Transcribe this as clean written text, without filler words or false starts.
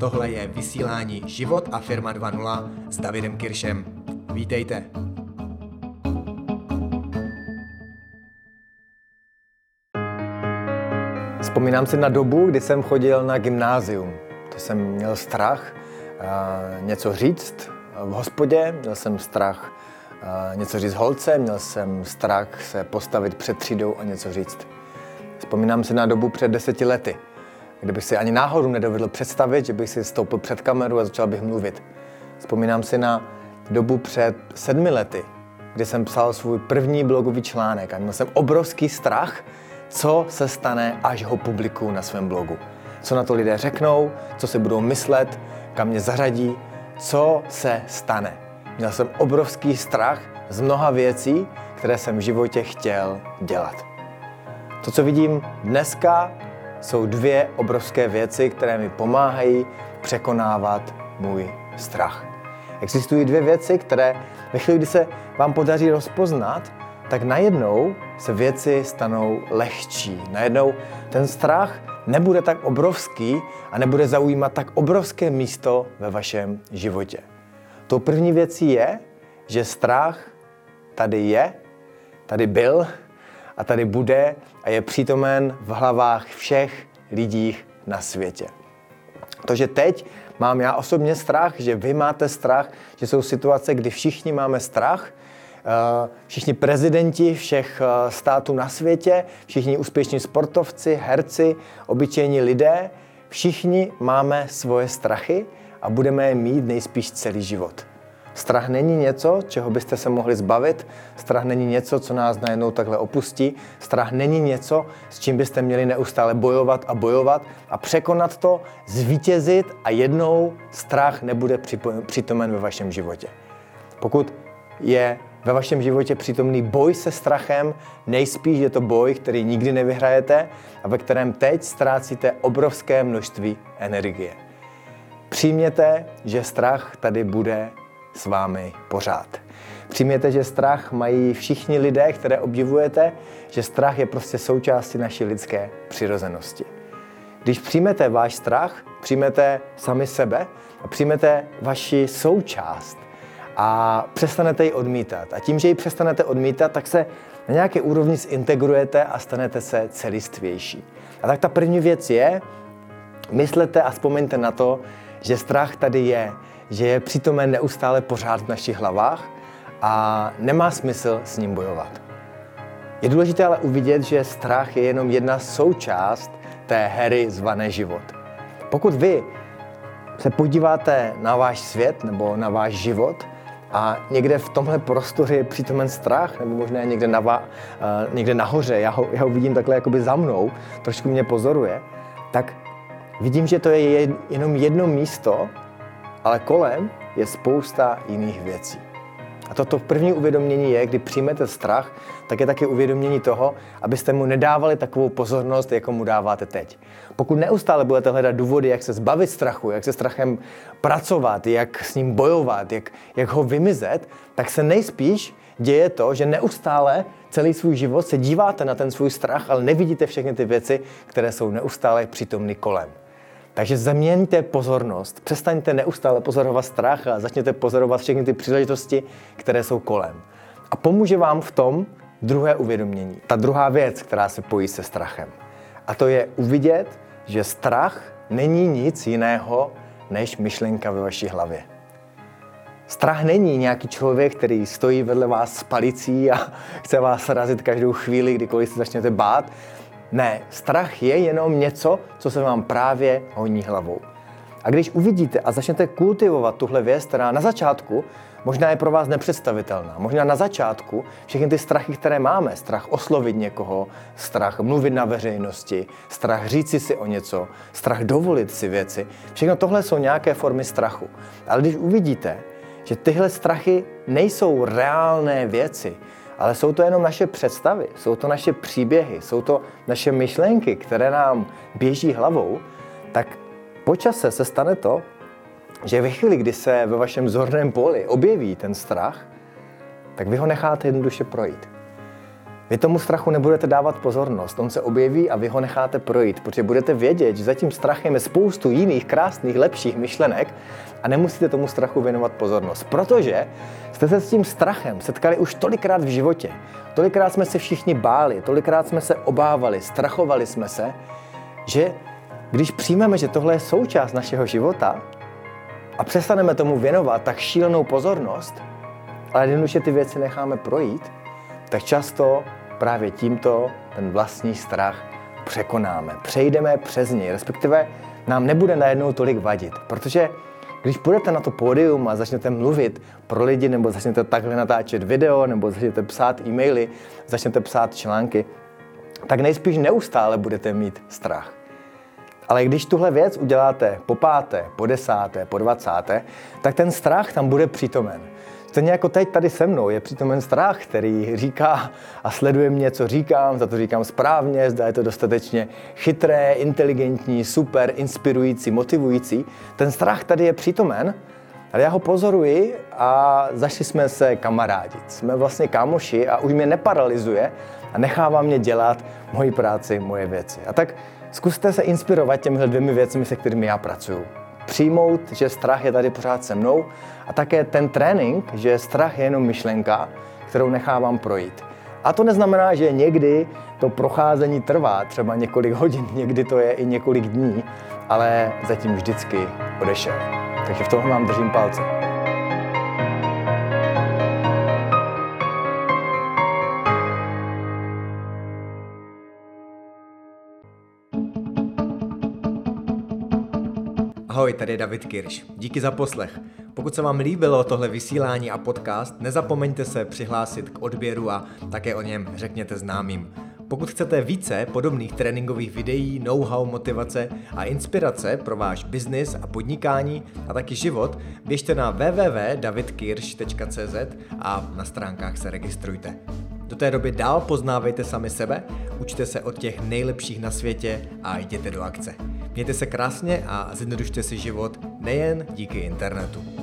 tohle je vysílání Život a firma 2.0 s Davidem Kiršem. Vítejte. Vzpomínám si na dobu, kdy jsem chodil na gymnázium. To jsem měl strach něco říct v hospodě, měl jsem strach něco říct holce, měl jsem strach se postavit před třídou a něco říct. Vzpomínám si na dobu před 10 lety, kde bych si ani náhodou nedovedl představit, že bych si stoupil před kameru a začal bych mluvit. Vzpomínám si na dobu před 7 lety, kdy jsem psal svůj první blogový článek a měl jsem obrovský strach, co se stane, až ho publikuju na svém blogu. Co na to lidé řeknou, co si budou myslet, kam mě zařadí, co se stane. Měl jsem obrovský strach z mnoha věcí, které jsem v životě chtěl dělat. To, co vidím dneska, jsou 2 obrovské věci, které mi pomáhají překonávat můj strach. Existují 2 věci, které ve chvíli, kdy se vám podaří rozpoznat, tak najednou se věci stanou lehčí. Najednou ten strach nebude tak obrovský a nebude zaujímat tak obrovské místo ve vašem životě. Tou první věcí je, že strach tady byl a tady bude a je přítomen v hlavách všech lidí na světě. To, že teď mám já osobně strach, že vy máte strach, že jsou situace, kdy všichni máme strach, všichni prezidenti všech států na světě, všichni úspěšní sportovci, herci, obyčejní lidé, všichni máme svoje strachy a budeme je mít nejspíš celý život. Strach není něco, čeho byste se mohli zbavit, strach není něco, co nás najednou takhle opustí, strach není něco, s čím byste měli neustále bojovat a překonat to, zvítězit a jednou strach nebude přítomen ve vašem životě. Pokud je ve vašem životě přítomný boj se strachem, nejspíš je to boj, který nikdy nevyhrajete a ve kterém teď ztrácíte obrovské množství energie. Přijměte, že strach tady bude s vámi pořád. Přijměte, že strach mají všichni lidé, které obdivujete, že strach je prostě součástí naší lidské přirozenosti. Když přijmete váš strach, přijmete sami sebe a přijmete vaši součást a přestanete ji odmítat. A tím, že ji přestanete odmítat, tak se na nějaké úrovni zintegrujete a stanete se celistvější. A tak ta první věc je, myslete a vzpomeňte na to, že strach tady je, že je přítomen neustále pořád v našich hlavách a nemá smysl s ním bojovat. Je důležité ale uvidět, že strach je jenom jedna součást té hry zvané život. Pokud vy se podíváte na váš svět nebo na váš život a někde v tomhle prostoru je přítomen strach, nebo možná někde nahoře, já ho vidím takhle jakoby za mnou, trošku mě pozoruje, tak vidím, že to je jenom jedno místo, ale kolem je spousta jiných věcí. A toto první uvědomění je, kdy přijmete strach, tak je také uvědomění toho, abyste mu nedávali takovou pozornost, jako mu dáváte teď. Pokud neustále budete hledat důvody, jak se zbavit strachu, jak se strachem pracovat, jak s ním bojovat, jak ho vymizet, tak se nejspíš děje to, že neustále celý svůj život se díváte na ten svůj strach, ale nevidíte všechny ty věci, které jsou neustále přítomny kolem. Takže zaměňte pozornost, přestaňte neustále pozorovat strach a začněte pozorovat všechny ty příležitosti, které jsou kolem. A pomůže vám v tom druhé uvědomění. Ta druhá věc, která se pojí se strachem. A to je uvidět, že strach není nic jiného než myšlenka ve vaší hlavě. Strach není nějaký člověk, který stojí vedle vás s palicí a chce vás razit každou chvíli, kdykoliv se začnete bát. Ne, strach je jenom něco, co se vám právě honí hlavou. A když uvidíte a začnete kultivovat tuhle věc, která na začátku možná je pro vás nepředstavitelná, možná na začátku všechny ty strachy, které máme, strach oslovit někoho, strach mluvit na veřejnosti, strach říci si o něco, strach dovolit si věci, všechno tohle jsou nějaké formy strachu. Ale když uvidíte, že tyhle strachy nejsou reálné věci, ale jsou to jenom naše představy, jsou to naše příběhy, jsou to naše myšlenky, které nám běží hlavou, tak po čase se stane to, že ve chvíli, kdy se ve vašem zorném poli objeví ten strach, tak vy ho necháte jednoduše projít. Vy tomu strachu nebudete dávat pozornost, on se objeví a vy ho necháte projít, protože budete vědět, že za tím strachem je spoustu jiných krásných, lepších myšlenek a nemusíte tomu strachu věnovat pozornost, protože jste se s tím strachem setkali už tolikrát v životě. Tolikrát jsme se všichni báli, tolikrát jsme se obávali, strachovali jsme se, že když přijmeme, že tohle je součást našeho života a přestaneme tomu věnovat tak šílenou pozornost, ale jednoduše ty věci necháme projít, tak často právě tímto ten vlastní strach překonáme. Přejdeme přes něj, respektive nám nebude najednou tolik vadit, protože když půjdete na to pódium a začnete mluvit pro lidi, nebo začnete takhle natáčet video, nebo začnete psát e-maily, začnete psát články, tak nejspíš neustále budete mít strach. Ale když tuhle věc uděláte po 5., po 10., po 20., tak ten strach tam bude přítomen. Stejně jako teď tady se mnou je přítomen strach, který říká a sleduje mě, co říkám, za to říkám správně, zda je to dostatečně chytré, inteligentní, super, inspirující, motivující. Ten strach tady je přítomen, ale já ho pozoruji a začali jsme se kamarádit. Jsme vlastně kámoši a už mě neparalyzuje a nechává mě dělat moji práci, moje věci. A tak zkuste se inspirovat těmihle 2 věcmi, se kterými já pracuju. Přijmout, že strach je tady pořád se mnou a také ten trénink, že strach je jenom myšlenka, kterou nechávám projít. A to neznamená, že někdy to procházení trvá třeba několik hodin, někdy to je i několik dní, ale zatím vždycky odešel. Takže v tomhle vám držím palce. Ahoj, tady je David Kirš. Díky za poslech. Pokud se vám líbilo tohle vysílání a podcast, nezapomeňte se přihlásit k odběru a také o něm řekněte známým. Pokud chcete více podobných tréninkových videí, know-how, motivace a inspirace pro váš biznis a podnikání a taky život, běžte na www.davidkirš.cz a na stránkách se registrujte. Do té doby dál poznávejte sami sebe, učte se od těch nejlepších na světě a jděte do akce. Mějte se krásně a zjednodušte si život nejen díky internetu.